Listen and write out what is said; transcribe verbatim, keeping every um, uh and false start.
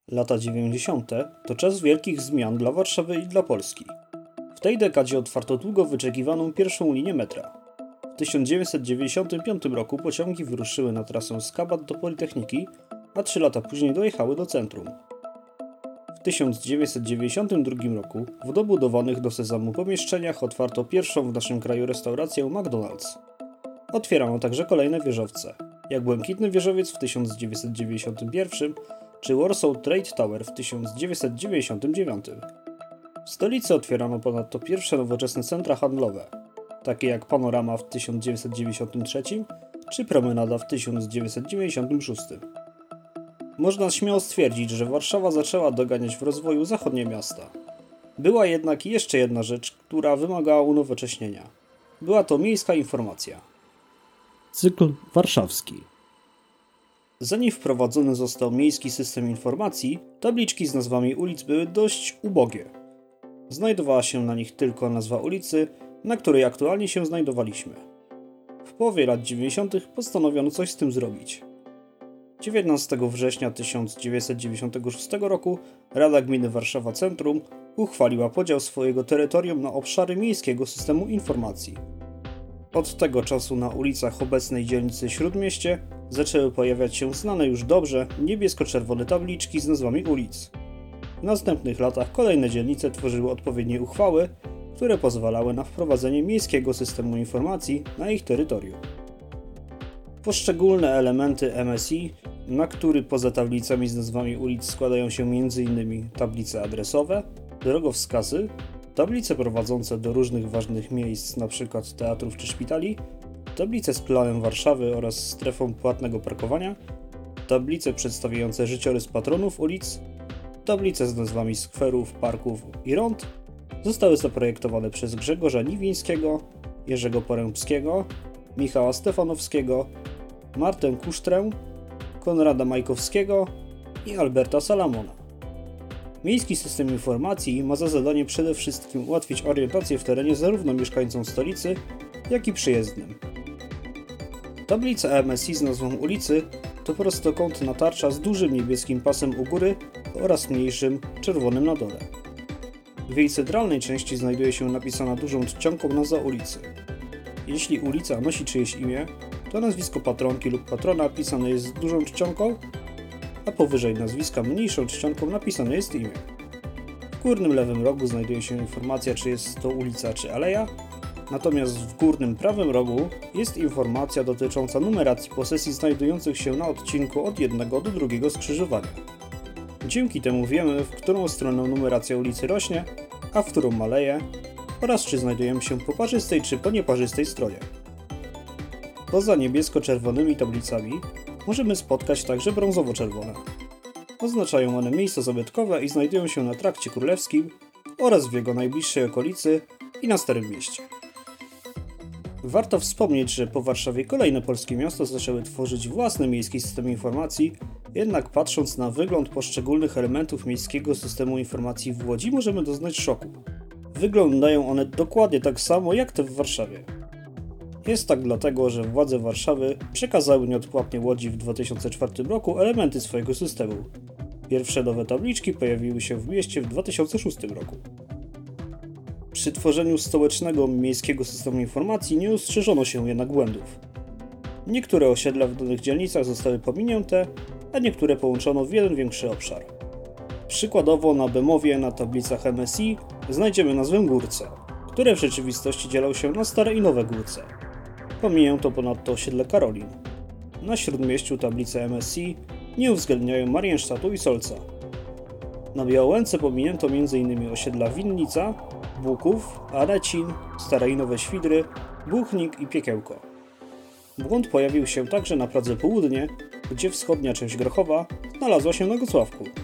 Lata dziewięćdziesiąte to czas wielkich zmian dla Warszawy i dla Polski. W tej dekadzie otwarto długo wyczekiwaną pierwszą linię metra. W tysiąc dziewięćset dziewięćdziesiątym piątym roku pociągi wyruszyły na trasę z Kabat do Politechniki, a trzy lata później dojechały do centrum. W tysiąc dziewięćset dziewięćdziesiątym drugim roku w dobudowanych do Sezamu pomieszczeniach otwarto pierwszą w naszym kraju restaurację McDonald's. Otwierano także kolejne wieżowce, jak Błękitny Wieżowiec w tysiąc dziewięćset dziewięćdziesiątym pierwszym czy Warsaw Trade Tower w tysiąc dziewięćset dziewięćdziesiątym dziewiątym. W stolicy otwierano ponadto pierwsze nowoczesne centra handlowe, takie jak Panorama w tysiąc dziewięćset dziewięćdziesiątym trzecim czy Promenada w tysiąc dziewięćset dziewięćdziesiątym szóstym. Można śmiało stwierdzić, że Warszawa zaczęła doganiać w rozwoju zachodnie miasta. Była jednak jeszcze jedna rzecz, która wymagała unowocześnienia. Była to miejska informacja. Cykl warszawski. Zanim wprowadzony został miejski system informacji, tabliczki z nazwami ulic były dość ubogie. Znajdowała się na nich tylko nazwa ulicy, na której aktualnie się znajdowaliśmy. W połowie lat dziewięćdziesiątych postanowiono coś z tym zrobić. dziewiętnastego września tysiąc dziewięćset dziewięćdziesiątego szóstego roku Rada Gminy Warszawa Centrum uchwaliła podział swojego terytorium na obszary miejskiego systemu informacji. Od tego czasu na ulicach obecnej dzielnicy Śródmieście zaczęły pojawiać się znane już dobrze niebiesko-czerwone tabliczki z nazwami ulic. W następnych latach kolejne dzielnice tworzyły odpowiednie uchwały, które pozwalały na wprowadzenie miejskiego systemu informacji na ich terytorium. Poszczególne elementy M S I, na który poza tablicami z nazwami ulic składają się m in tablice adresowe, drogowskazy, tablice prowadzące do różnych ważnych miejsc, np. teatrów czy szpitali, tablice z planem Warszawy oraz strefą płatnego parkowania, tablice przedstawiające życiorys patronów ulic, tablice z nazwami skwerów, parków i rond zostały zaprojektowane przez Grzegorza Niwińskiego, Jerzego Porębskiego, Michała Stefanowskiego, Martę Kusztrę, Konrada Majkowskiego i Alberta Salamona. Miejski system informacji ma za zadanie przede wszystkim ułatwić orientację w terenie zarówno mieszkańcom stolicy, jak i przyjezdnym. Tablica M S I z nazwą ulicy to prostokątna tarcza z dużym niebieskim pasem u góry oraz mniejszym czerwonym na dole. W jej centralnej części znajduje się napisana dużą czcionką nazwa ulicy. Jeśli ulica nosi czyjeś imię, to nazwisko patronki lub patrona pisane jest z dużą czcionką, a powyżej nazwiska mniejszą czcionką napisane jest imię. W górnym lewym rogu znajduje się informacja, czy jest to ulica czy aleja, natomiast w górnym prawym rogu jest informacja dotycząca numeracji posesji znajdujących się na odcinku od jednego do drugiego skrzyżowania. Dzięki temu wiemy, w którą stronę numeracja ulicy rośnie, a w którą maleje, oraz czy znajdujemy się po parzystej czy po nieparzystej stronie. Poza niebiesko-czerwonymi tablicami możemy spotkać także brązowo-czerwone. Oznaczają one miejsca zabytkowe i znajdują się na Trakcie Królewskim oraz w jego najbliższej okolicy i na Starym Mieście. Warto wspomnieć, że po Warszawie kolejne polskie miasta zaczęły tworzyć własny miejski system informacji, jednak patrząc na wygląd poszczególnych elementów miejskiego systemu informacji w Łodzi możemy doznać szoku. Wyglądają one dokładnie tak samo jak te w Warszawie. Jest tak dlatego, że władze Warszawy przekazały nieodpłatnie Łodzi w dwa tysiące czwartym roku elementy swojego systemu. Pierwsze nowe tabliczki pojawiły się w mieście w dwa tysiące szóstym roku. Przy tworzeniu stołecznego miejskiego systemu informacji nie ostrzeżono się jednak błędów. Niektóre osiedla w danych dzielnicach zostały pominięte, a niektóre połączono w jeden większy obszar. Przykładowo na Bemowie na tablicach M S I znajdziemy nazwę Górce, które w rzeczywistości dzielą się na Stare i Nowe Górce. Pominięto ponadto osiedle Karolin. Na Śródmieściu tablice M S I nie uwzględniają Marienstadtu i Solca. Na Białęce pominięto m in osiedla Winnica, Buków, Arecin, Stare i Nowe Świdry, Buchnik i Piekiełko. Błąd pojawił się także na Pradze Południe, gdzie wschodnia część Grochowa znalazła się na Gocławku.